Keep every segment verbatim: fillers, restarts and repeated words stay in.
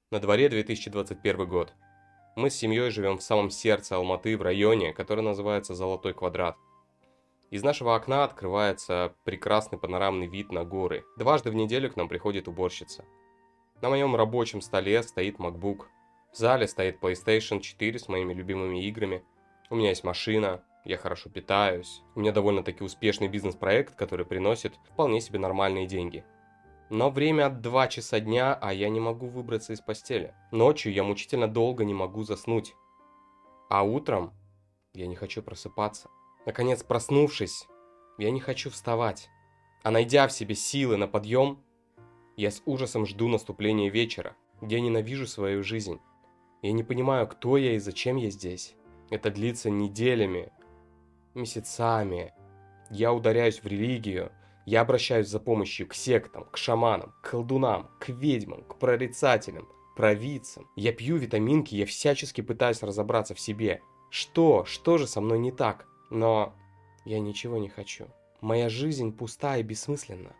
На дворе две тысячи двадцать первый год. Мы с семьей живем в самом сердце Алматы, в районе, который называется Золотой Квадрат. Из нашего окна открывается прекрасный панорамный вид на горы. Дважды в неделю к нам приходит уборщица. На моем рабочем столе стоит MacBook. В зале стоит PlayStation четыре с моими любимыми играми. У меня есть машина, я хорошо питаюсь. У меня довольно-таки успешный бизнес-проект, который приносит вполне себе нормальные деньги. Но время два часа дня, а я не могу выбраться из постели. Ночью я мучительно долго не могу заснуть. А утром я не хочу просыпаться. Наконец, проснувшись, я не хочу вставать. А найдя в себе силы на подъем, я с ужасом жду наступления вечера, где я ненавижу свою жизнь. Я не понимаю, кто я и зачем я здесь. Это длится неделями, месяцами. Я ударяюсь в религию. Я обращаюсь за помощью к сектам, к шаманам, к колдунам, к ведьмам, к прорицателям, провидцам. Я пью витаминки, я всячески пытаюсь разобраться в себе. Что? Что же со мной не так? Но я ничего не хочу. Моя жизнь пуста и бессмысленна.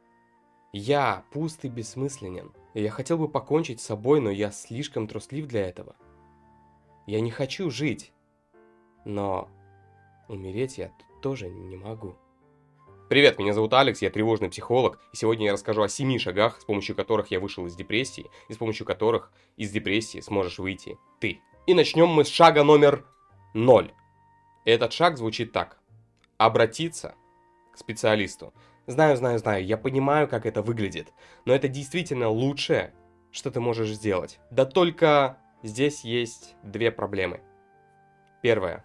Я пуст и бессмысленен. Я хотел бы покончить с собой, но я слишком труслив для этого. Я не хочу жить. Но умереть я тоже не могу. Привет, меня зовут Алекс, я тревожный психолог, и сегодня я расскажу о семи шагах, с помощью которых я вышел из депрессии, и с помощью которых из депрессии сможешь выйти ты. И начнем мы с шага номер ноль. Этот шаг звучит так. Обратиться к специалисту. Знаю, знаю, знаю, я понимаю, как это выглядит, но это действительно лучшее, что ты можешь сделать. Да только здесь есть две проблемы. Первая.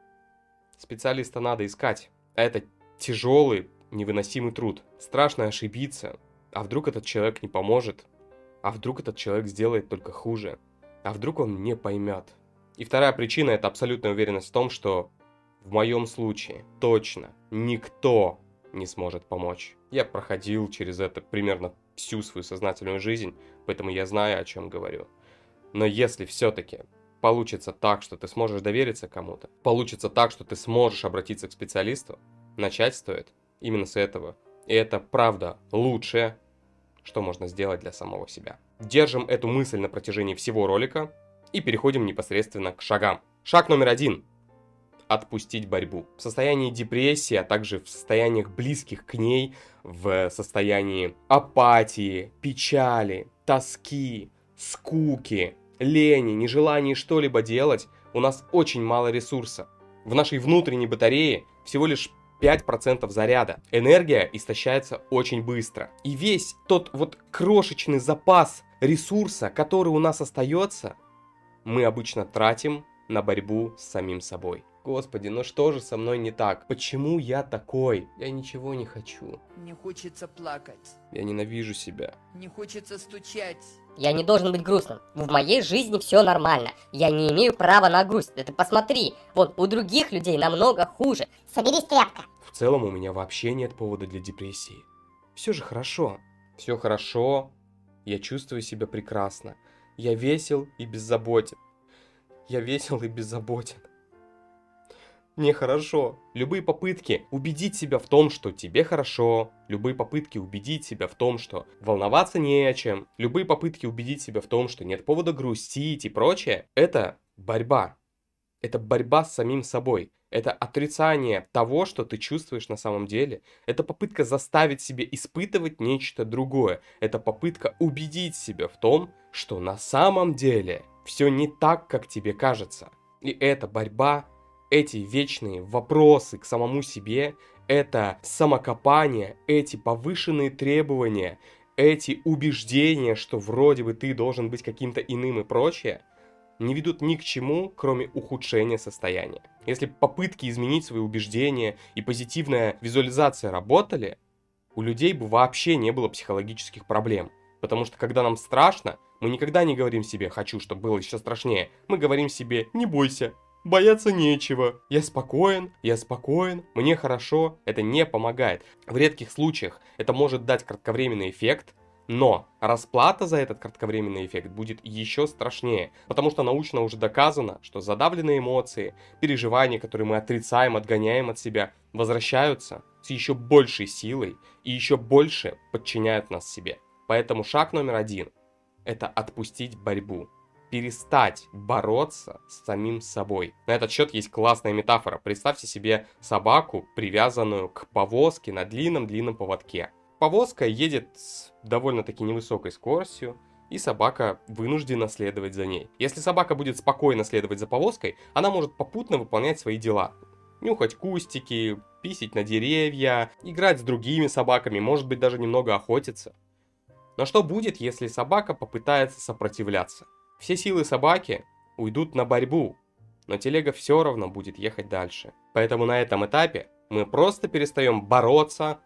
Специалиста надо искать, а это тяжелый, невыносимый труд. Страшно ошибиться. А вдруг этот человек не поможет? А вдруг этот человек сделает только хуже? А вдруг он не поймет? И вторая причина – это абсолютная уверенность в том, что в моем случае точно никто не сможет помочь. Я проходил через это примерно всю свою сознательную жизнь, поэтому я знаю, о чем говорю. Но если все-таки получится так, что ты сможешь довериться кому-то, получится так, что ты сможешь обратиться к специалисту, начать стоит именно с этого. И это правда лучшее, что можно сделать для самого себя. Держим эту мысль на протяжении всего ролика и переходим непосредственно к шагам. Шаг номер один. Отпустить борьбу. В состоянии депрессии, а также в состояниях близких к ней, в состоянии апатии, печали, тоски, скуки, лени, нежелании что-либо делать, у нас очень мало ресурса. В нашей внутренней батарее всего лишь пять процентов заряда. Энергия истощается очень быстро. И весь тот вот крошечный запас ресурса, который у нас остается, мы обычно тратим на борьбу с самим собой. Господи, ну что же со мной не так? Почему я такой? Я ничего не хочу. Мне хочется плакать. Я ненавижу себя. Не хочется стучать. Я не должен быть грустным. В моей жизни все нормально. Я не имею права на грусть. Да ты посмотри, вот у других людей намного хуже. Соберись, тряпка. В целом у меня вообще нет повода для депрессии. Все же хорошо. Все хорошо. Я чувствую себя прекрасно. Я весел и беззаботен. Я весел и беззаботен. Мне хорошо. Любые попытки убедить себя в том, что тебе хорошо, любые попытки убедить себя в том, что волноваться не о чем, любые попытки убедить себя в том, что нет повода грустить и прочее, это борьба. Это борьба с самим собой. Это отрицание того, что ты чувствуешь на самом деле. Это попытка заставить себя испытывать нечто другое. Это попытка убедить себя в том, что на самом деле все не так, как тебе кажется. И эта борьба, эти вечные вопросы к самому себе, это самокопание, эти повышенные требования, эти убеждения, что вроде бы ты должен быть каким-то иным и прочее, не ведут ни к чему, кроме ухудшения состояния. Если попытки изменить свои убеждения и позитивная визуализация работали, у людей бы вообще не было психологических проблем. Потому что когда нам страшно, мы никогда не говорим себе «хочу, чтобы было еще страшнее». Мы говорим себе «не бойся». Бояться нечего. Я спокоен, я спокоен, мне хорошо. Это не помогает. В редких случаях это может дать кратковременный эффект, но расплата за этот кратковременный эффект будет еще страшнее. Потому что научно уже доказано, что задавленные эмоции, переживания, которые мы отрицаем, отгоняем от себя, возвращаются с еще большей силой и еще больше подчиняют нас себе. Поэтому шаг номер один – это отпустить борьбу. Перестать бороться с самим собой. На этот счет есть классная метафора. Представьте себе собаку, привязанную к повозке на длинном-длинном поводке. Повозка едет с довольно-таки невысокой скоростью, и собака вынуждена следовать за ней. Если собака будет спокойно следовать за повозкой, она может попутно выполнять свои дела. Нюхать кустики, писить на деревья, играть с другими собаками, может быть даже немного охотиться. Но что будет, если собака попытается сопротивляться? Все силы собаки уйдут на борьбу, но телега все равно будет ехать дальше. Поэтому на этом этапе мы просто перестаем бороться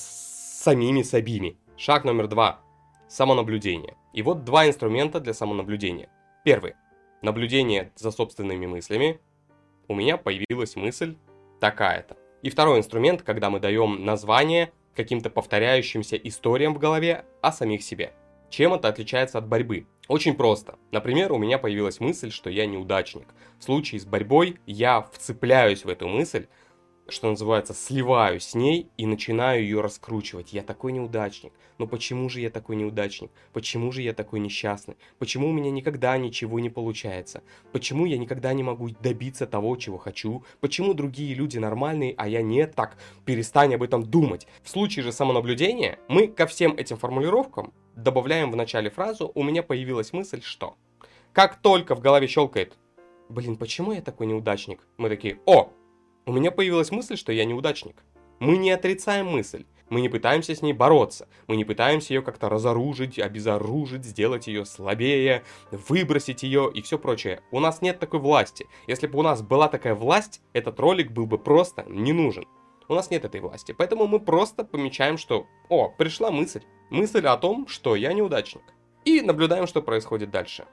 с самими собими. Шаг номер два. Самонаблюдение. И вот два инструмента для самонаблюдения. Первый. Наблюдение за собственными мыслями. У меня появилась мысль такая-то. И второй инструмент, когда мы даем название каким-то повторяющимся историям в голове о самих себе. Чем это отличается от борьбы? Очень просто. Например, у меня появилась мысль, что я неудачник. В случае с борьбой я вцепляюсь в эту мысль, что называется, сливаюсь с ней и начинаю ее раскручивать. Я такой неудачник. Но почему же я такой неудачник? Почему же я такой несчастный? Почему у меня никогда ничего не получается? Почему я никогда не могу добиться того, чего хочу? Почему другие люди нормальные, а я нет? Так, перестань об этом думать. В случае же самонаблюдения мы ко всем этим формулировкам добавляем в начале фразу «У меня появилась мысль, что…». Как только в голове щелкает «Блин, почему я такой неудачник?» Мы такие «О! У меня появилась мысль, что я неудачник». Мы не отрицаем мысль, мы не пытаемся с ней бороться, мы не пытаемся ее как-то разоружить, обезоружить, сделать ее слабее, выбросить ее и все прочее. У нас нет такой власти. Если бы у нас была такая власть, этот ролик был бы просто не нужен. У нас нет этой власти, поэтому мы просто помечаем, что «О, пришла мысль». Мысль о том, что я неудачник. И наблюдаем, что происходит дальше.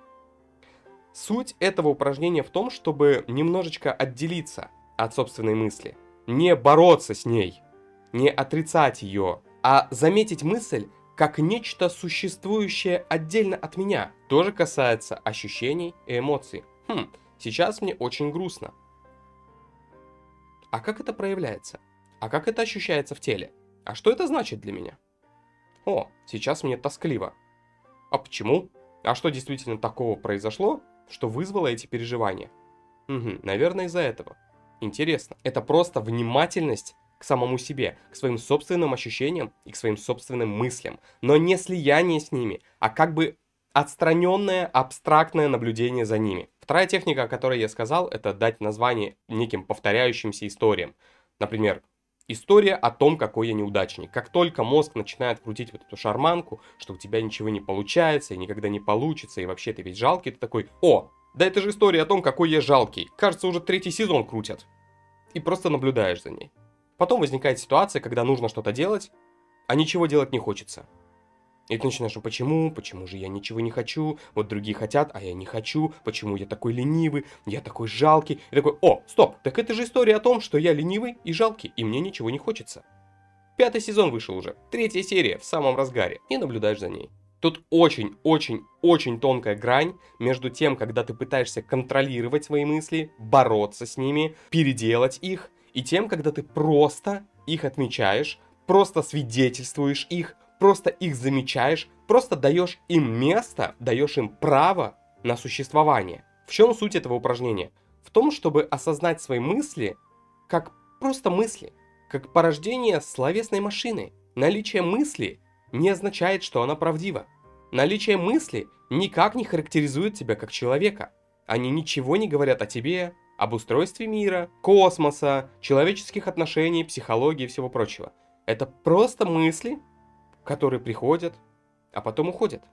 Суть этого упражнения в том, чтобы немножечко отделиться от собственной мысли. Не бороться с ней, не отрицать ее, а заметить мысль как нечто существующее отдельно от меня. Тоже касается ощущений и эмоций. Хм, сейчас мне очень грустно. А как это проявляется? А как это ощущается в теле? А что это значит для меня? О, сейчас мне тоскливо. А почему? А что действительно такого произошло, что вызвало эти переживания? Угу, наверное, из-за этого. Интересно. Это просто внимательность к самому себе, к своим собственным ощущениям и к своим собственным мыслям. Но не слияние с ними, а как бы отстраненное, абстрактное наблюдение за ними. Вторая техника, о которой я сказал, это дать название неким повторяющимся историям. Например, история о том, какой я неудачник. Как только мозг начинает крутить вот эту шарманку, что у тебя ничего не получается, и никогда не получится, и вообще ты ведь жалкий, ты такой: о, да это же история о том, какой я жалкий. Кажется, уже третий сезон крутят. И просто наблюдаешь за ней. Потом возникает ситуация, когда нужно что-то делать, а ничего делать не хочется. И ты начинаешь: ну почему? Почему же я ничего не хочу? Вот другие хотят, а я не хочу. Почему я такой ленивый? Я такой жалкий. И такой: о, стоп, так это же история о том, что я ленивый и жалкий, и мне ничего не хочется. Пятый сезон вышел уже. Третья серия в самом разгаре. И наблюдаешь за ней. Тут очень-очень-очень тонкая грань между тем, когда ты пытаешься контролировать свои мысли, бороться с ними, переделать их, и тем, когда ты просто их отмечаешь, просто свидетельствуешь их, просто их замечаешь, просто даешь им место, даешь им право на существование. В чем суть этого упражнения? В том, чтобы осознать свои мысли как просто мысли, как порождение словесной машины. Наличие мысли не означает, что она правдива. Наличие мысли никак не характеризует тебя как человека. Они ничего не говорят о тебе, об устройстве мира, космоса, человеческих отношений, психологии и всего прочего. Это просто мысли, которые приходят, а потом уходят.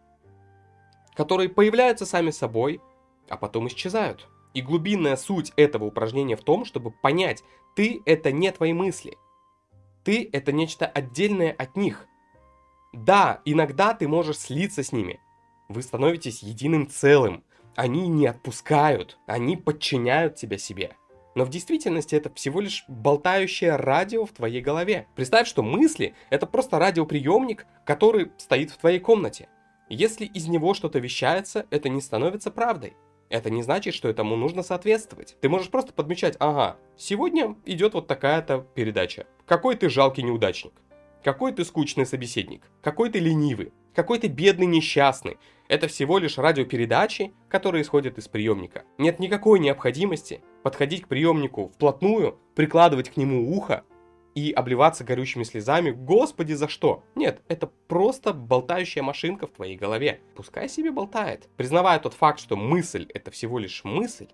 Которые появляются сами собой, а потом исчезают. И глубинная суть этого упражнения в том, чтобы понять: ты — это не твои мысли. Ты — это нечто отдельное от них. Да, иногда ты можешь слиться с ними. Вы становитесь единым целым. Они не отпускают, они подчиняют тебя себе. Но в действительности это всего лишь болтающее радио в твоей голове. Представь, что мысли — это просто радиоприемник, который стоит в твоей комнате. Если из него что-то вещается, это не становится правдой. Это не значит, что этому нужно соответствовать. Ты можешь просто подмечать: ага, сегодня идет вот такая-то передача. Какой ты жалкий неудачник. какой ты скучный собеседник, какой ты ленивый, какой ты бедный несчастный. Это всего лишь радиопередачи, которые исходят из приемника. Нет никакой необходимости подходить к приемнику вплотную, прикладывать к нему ухо и обливаться горючими слезами. Господи, за что? Нет, это просто болтающая машинка в твоей голове. Пускай себе болтает. Признавая тот факт, что мысль — это всего лишь мысль,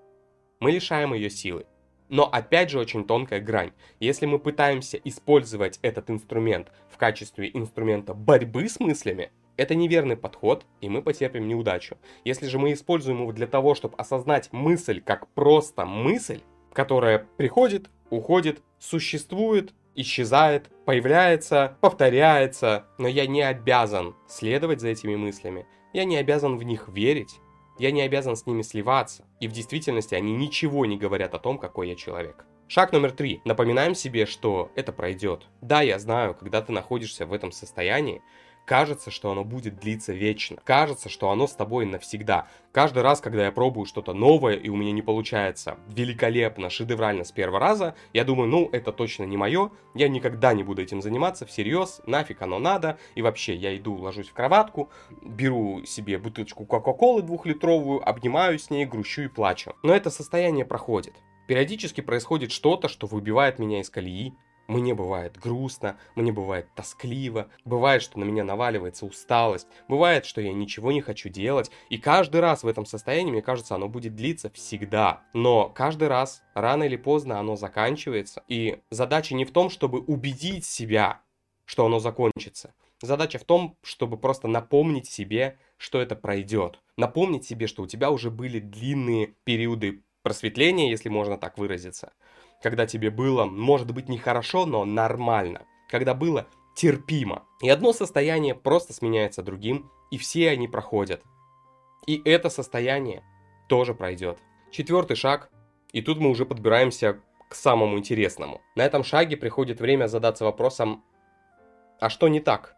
мы лишаем ее силы. Но опять же очень тонкая грань. Если мы пытаемся использовать этот инструмент в качестве инструмента борьбы с мыслями, это неверный подход, и мы потерпим неудачу. Если же мы используем его для того, чтобы осознать мысль как просто мысль, которая приходит, уходит, существует, исчезает, появляется, повторяется, но я не обязан следовать за этими мыслями, я не обязан в них верить, я не обязан с ними сливаться, и в действительности они ничего не говорят о том, какой я человек. Шаг номер три. Напоминаем себе, что это пройдет. Да, я знаю, когда ты находишься в этом состоянии, кажется, что оно будет длиться вечно. Кажется, что оно с тобой навсегда. Каждый раз, когда я пробую что-то новое, и у меня не получается великолепно, шедеврально с первого раза, я думаю, ну, это точно не мое, я никогда не буду этим заниматься всерьез, нафиг оно надо, и вообще, я иду, ложусь в кроватку, беру себе бутылочку кока-колы двухлитровую, обнимаю с ней, грущу и плачу. Но это состояние проходит. Периодически происходит что-то, что выбивает меня из колеи. Мне бывает грустно, мне бывает тоскливо, бывает, что на меня наваливается усталость, бывает, что я ничего не хочу делать, и каждый раз в этом состоянии, мне кажется, оно будет длиться всегда. Но каждый раз, рано или поздно, оно заканчивается, и задача не в том, чтобы убедить себя, что оно закончится. Задача в том, чтобы просто напомнить себе, что это пройдет. Напомнить себе, что у тебя уже были длинные периоды просветления, если можно так выразиться. Когда тебе было, может быть, нехорошо, но нормально. Когда было терпимо. И одно состояние просто сменяется другим, и все они проходят. И это состояние тоже пройдет. Четвертый шаг, и тут мы уже подбираемся к самому интересному. На этом шаге приходит время задаться вопросом, а что не так?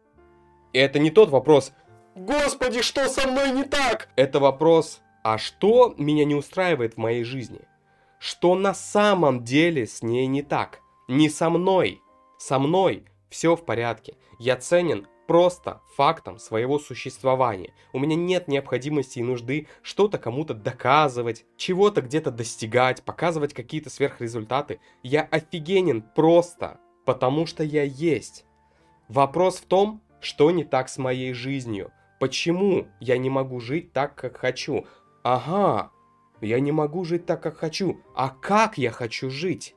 И это не тот вопрос, Господи, что со мной не так? Это вопрос, а что меня не устраивает в моей жизни? Что на самом деле с ней не так? Не со мной. Со мной все в порядке. Я ценен просто фактом своего существования. У меня нет необходимости и нужды что-то кому-то доказывать, чего-то где-то достигать, показывать какие-то сверхрезультаты. Я офигенен просто, потому что я есть. Вопрос в том, что не так с моей жизнью. Почему я не могу жить так, как хочу? Ага. Я не могу жить так, как хочу. А как я хочу жить?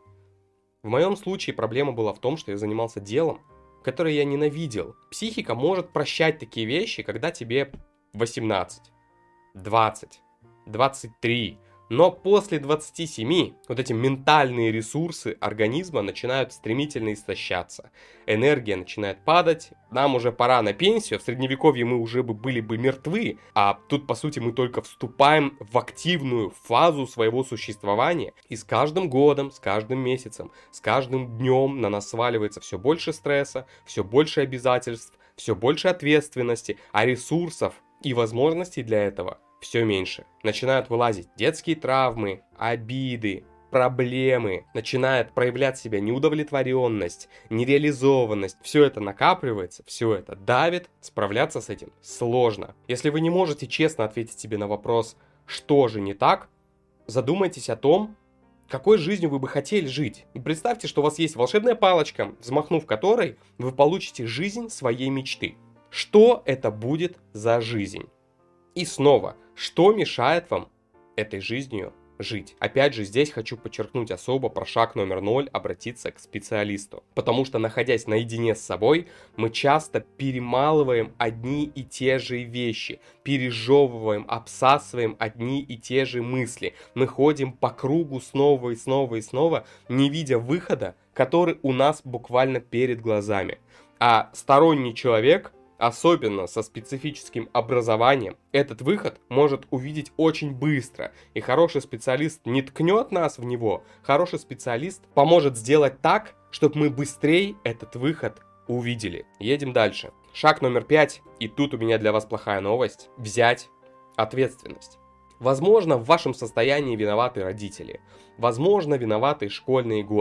В моем случае проблема была в том, что я занимался делом, которое я ненавидел. Психика может прощать такие вещи, когда тебе восемнадцать, двадцать, двадцать три. Но после двадцати семи вот эти ментальные ресурсы организма начинают стремительно истощаться. Энергия начинает падать, нам уже пора на пенсию, в средневековье мы уже бы были бы мертвы, а тут по сути мы только вступаем в активную фазу своего существования. И с каждым годом, с каждым месяцем, с каждым днем на нас сваливается все больше стресса, все больше обязательств, все больше ответственности, а ресурсов и возможностей для этого все меньше. Начинают вылазить детские травмы, обиды, проблемы. Начинает проявлять себя неудовлетворенность, нереализованность. Все это накапливается, все это давит. Справляться с этим сложно. Если вы не можете честно ответить себе на вопрос, что же не так, задумайтесь о том, какой жизнью вы бы хотели жить. И представьте, что у вас есть волшебная палочка, взмахнув которой вы получите жизнь своей мечты. Что это будет за жизнь? И снова, что мешает вам этой жизнью жить? Опять же, здесь хочу подчеркнуть особо про шаг номер ноль, обратиться к специалисту. Потому что, находясь наедине с собой, мы часто перемалываем одни и те же вещи, пережевываем, обсасываем одни и те же мысли. Мы ходим по кругу снова и снова и снова, не видя выхода, который у нас буквально перед глазами. А сторонний человек, особенно со специфическим образованием, этот выход может увидеть очень быстро. И хороший специалист не ткнет нас в него, хороший специалист поможет сделать так, чтобы мы быстрее этот выход увидели. Едем дальше. Шаг номер пять, и тут у меня для вас плохая новость. Взять ответственность. Возможно, в вашем состоянии виноваты родители. Возможно, виноваты школьные годы.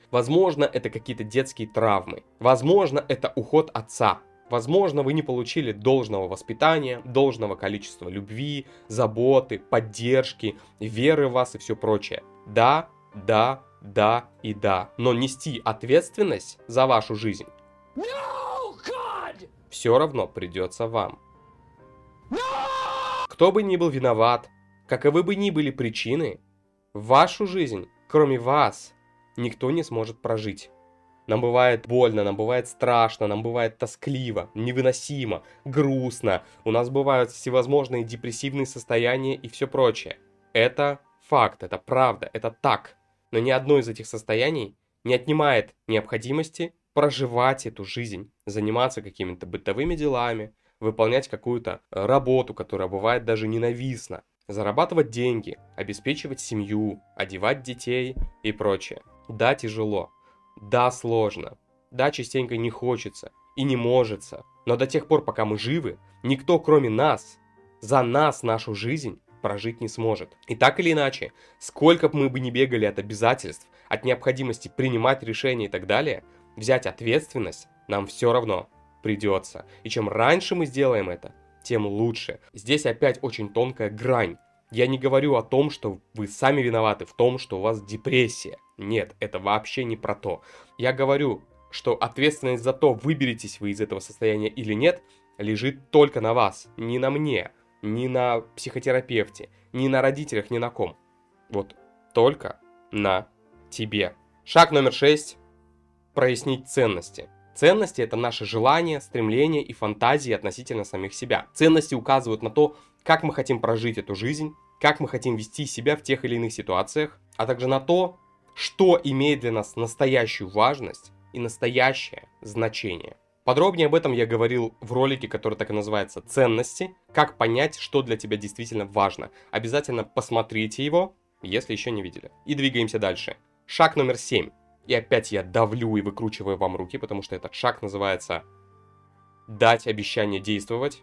Возможно, это какие-то детские травмы. Возможно, это уход отца. Возможно, вы не получили должного воспитания, должного количества любви, заботы, поддержки, веры в вас и все прочее. Да, да, да и да. Но нести ответственность за вашу жизнь no, все равно придется вам. No! Кто бы ни был виноват, каковы бы ни были причины, вашу жизнь, кроме вас, никто не сможет прожить. Нам бывает больно, нам бывает страшно, нам бывает тоскливо, невыносимо, грустно. У нас бывают всевозможные депрессивные состояния и все прочее. Это факт, это правда, это так. Но ни одно из этих состояний не отнимает необходимости проживать эту жизнь, заниматься какими-то бытовыми делами, выполнять какую-то работу, которая бывает даже ненавистна, зарабатывать деньги, обеспечивать семью, одевать детей и прочее. Да, тяжело. Да, сложно. Да, частенько не хочется и не можется. Но до тех пор, пока мы живы, никто, кроме нас, за нас нашу жизнь прожить не сможет. И так или иначе, сколько бы мы бы ни бегали от обязательств, от необходимости принимать решения и так далее, взять ответственность нам все равно придется. И чем раньше мы сделаем это, тем лучше. Здесь опять очень тонкая грань. Я не говорю о том, что вы сами виноваты в том, что у вас депрессия. Нет, это вообще не про то. Я говорю, что ответственность за то, выберетесь вы из этого состояния или нет, лежит только на вас. Не на мне, не на психотерапевте, не на родителях, ни на ком. Вот только на тебе. Шаг номер шесть. Прояснить ценности. Ценности — это наши желания, стремления и фантазии относительно самих себя. Ценности указывают на то, как мы хотим прожить эту жизнь, как мы хотим вести себя в тех или иных ситуациях, а также на то, что имеет для нас настоящую важность и настоящее значение. Подробнее об этом я говорил в ролике, который так и называется «Ценности. Как понять, что для тебя действительно важно». Обязательно посмотрите его, если еще не видели. И двигаемся дальше. Шаг номер семь. И опять я давлю и выкручиваю вам руки, потому что этот шаг называется «Дать обещание действовать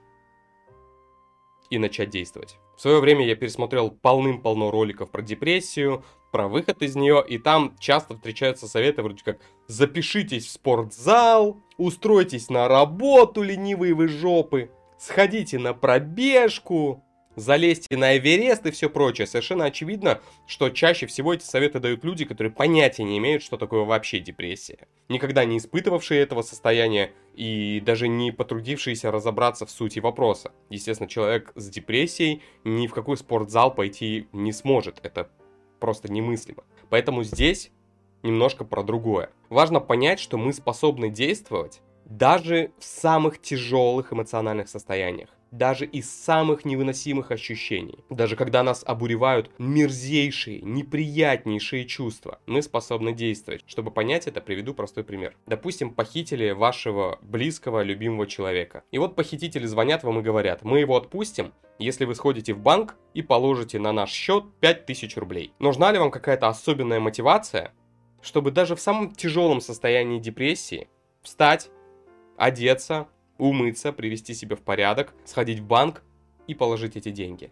и начать действовать». В свое время я пересмотрел полным-полно роликов про депрессию, про выход из нее, и там часто встречаются советы вроде как «Запишитесь в спортзал», «Устройтесь на работу, ленивые вы жопы», «Сходите на пробежку», «Залезьте на Эверест» и все прочее. Совершенно очевидно, что чаще всего эти советы дают люди, которые понятия не имеют, что такое вообще депрессия. Никогда не испытывавшие этого состояния и даже не потрудившиеся разобраться в сути вопроса. Естественно, человек с депрессией ни в какой спортзал пойти не сможет. Это просто немыслимо. Поэтому здесь немножко про другое. Важно понять, что мы способны действовать даже в самых тяжелых эмоциональных состояниях. Даже из самых невыносимых ощущений. Даже когда нас обуревают мерзейшие, неприятнейшие чувства, мы способны действовать. Чтобы понять это, приведу простой пример. Допустим, похитили вашего близкого, любимого человека. И вот похитители звонят вам и говорят: мы его отпустим, если вы сходите в банк и положите на наш счет пять тысяч рублей. Нужна ли вам какая-то особенная мотивация, чтобы даже в самом тяжелом состоянии депрессии встать, одеться, умыться, привести себя в порядок, сходить в банк и положить эти деньги?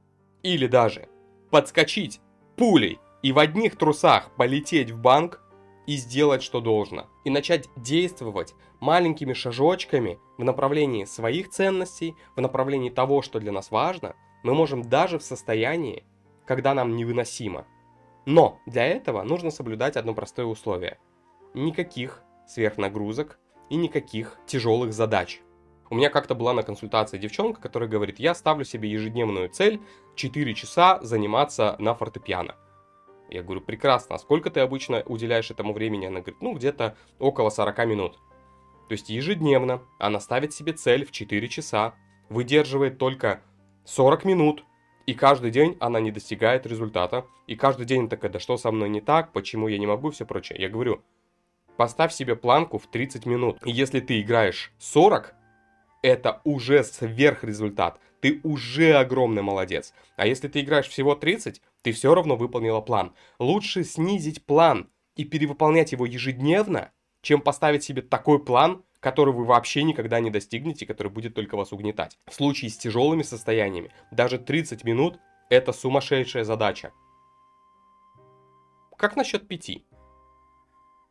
Или даже подскочить пулей и в одних трусах полететь в банк и сделать, что должно. И начать действовать маленькими шажочками в направлении своих ценностей, в направлении того, что для нас важно, мы можем даже в состоянии, когда нам невыносимо. Но для этого нужно соблюдать одно простое условие. Никаких сверхнагрузок и никаких тяжелых задач. У меня как-то была на консультации девчонка, которая говорит: я ставлю себе ежедневную цель четыре часа заниматься на фортепиано. Я говорю: прекрасно, а сколько ты обычно уделяешь этому времени? Она говорит: ну где-то около сорок минут. То есть ежедневно она ставит себе цель в четыре часа, выдерживает только сорок минут, и каждый день она не достигает результата. И каждый день такая: да что со мной не так, почему я не могу, все прочее. Я говорю: поставь себе планку в тридцать минут. И если ты играешь сорок, это уже сверхрезультат. Ты уже огромный молодец. А если ты играешь всего тридцать, ты все равно выполнила план. Лучше снизить план и перевыполнять его ежедневно, чем поставить себе такой план, который вы вообще никогда не достигнете, который будет только вас угнетать. В случае с тяжелыми состояниями, даже тридцать минут – это сумасшедшая задача. Как насчет пяти?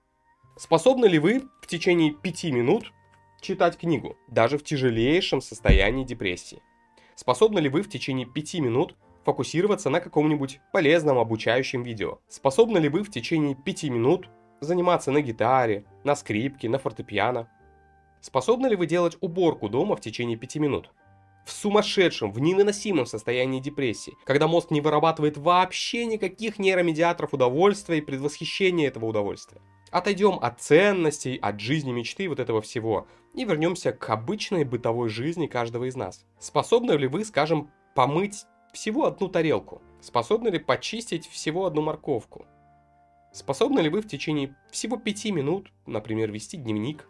Способны ли вы в течение пяти минут читать книгу, даже в тяжелейшем состоянии депрессии? Способны ли вы в течение пяти минут фокусироваться на каком-нибудь полезном обучающем видео? Способны ли вы в течение пяти минут заниматься на гитаре, на скрипке, на фортепиано? Способны ли вы делать уборку дома в течение пяти минут? В сумасшедшем, в невыносимом состоянии депрессии, когда мозг не вырабатывает вообще никаких нейромедиаторов удовольствия и предвосхищения этого удовольствия. Отойдем от ценностей, от жизни мечты, вот этого всего, и вернемся к обычной бытовой жизни каждого из нас. Способны ли вы, скажем, помыть всего одну тарелку? Способны ли почистить всего одну морковку? Способны ли вы в течение всего пяти минут, например, вести дневник?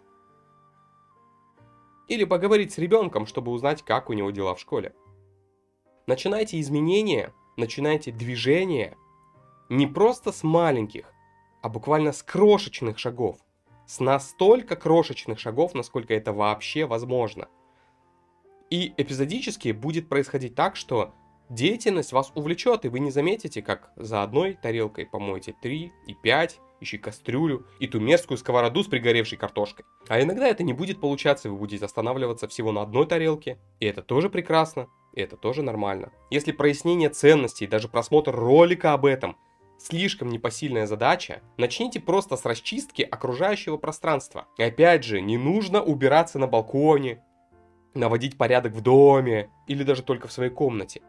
Или поговорить с ребенком, чтобы узнать, как у него дела в школе? Начинайте изменения, начинайте движение не просто с маленьких, а буквально с крошечных шагов. С настолько крошечных шагов, насколько это вообще возможно. И эпизодически будет происходить так, что деятельность вас увлечет, и вы не заметите, как за одной тарелкой помоете три и пять, еще и кастрюлю, и ту мерзкую сковороду с пригоревшей картошкой. А иногда это не будет получаться, и вы будете останавливаться всего на одной тарелке, и это тоже прекрасно, и это тоже нормально. Если прояснение ценностей, даже просмотр ролика об этом слишком непосильная задача, начните просто с расчистки окружающего пространства. И опять же, не нужно убираться на балконе, наводить порядок в доме или даже только в своей комнате.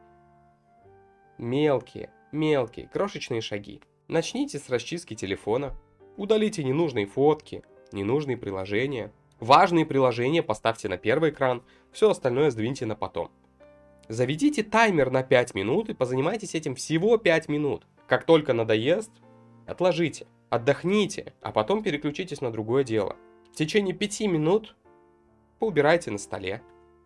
Мелкие, мелкие, крошечные шаги. Начните с расчистки телефона, удалите ненужные фотки, ненужные приложения. Важные приложения поставьте на первый экран, все остальное сдвиньте на потом. Заведите таймер на пять минут и позанимайтесь этим всего пять минут. Как только надоест, отложите, отдохните, а потом переключитесь на другое дело. В течение пяти минут поубирайте на столе,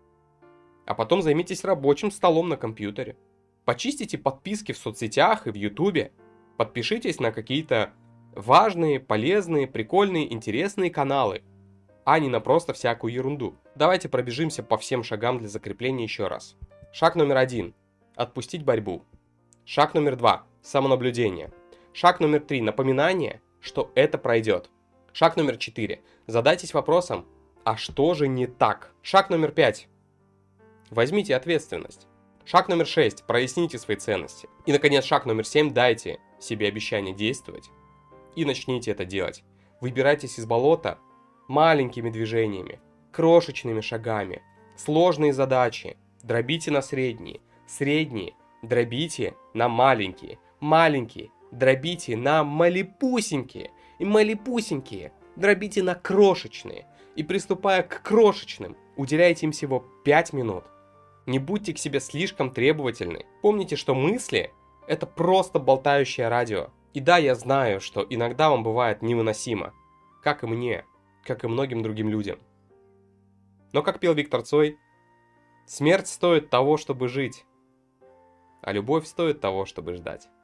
а потом займитесь рабочим столом на компьютере. Почистите подписки в соцсетях и в Ютубе. Подпишитесь на какие-то важные, полезные, прикольные, интересные каналы, а не на просто всякую ерунду. Давайте пробежимся по всем шагам для закрепления еще раз. Шаг номер один. Отпустить борьбу. Шаг номер два. Самонаблюдение. Шаг номер три. Напоминание, что это пройдет. Шаг номер четыре. Задайтесь вопросом, а что же не так? Шаг номер пять. Возьмите ответственность. Шаг номер шесть. Проясните свои ценности. И, наконец, шаг номер семь. Дайте себе обещание действовать и начните это делать. Выбирайтесь из болота маленькими движениями, крошечными шагами. Сложные задачи дробите на средние, средние дробите на маленькие, маленькие дробите на малепусенькие, и малепусенькие дробите на крошечные. И приступая к крошечным, уделяйте им всего пять минут. Не будьте к себе слишком требовательны. Помните, что мысли – это просто болтающее радио. И да, я знаю, что иногда вам бывает невыносимо. Как и мне, как и многим другим людям. Но, как пел Виктор Цой, смерть стоит того, чтобы жить, а любовь стоит того, чтобы ждать.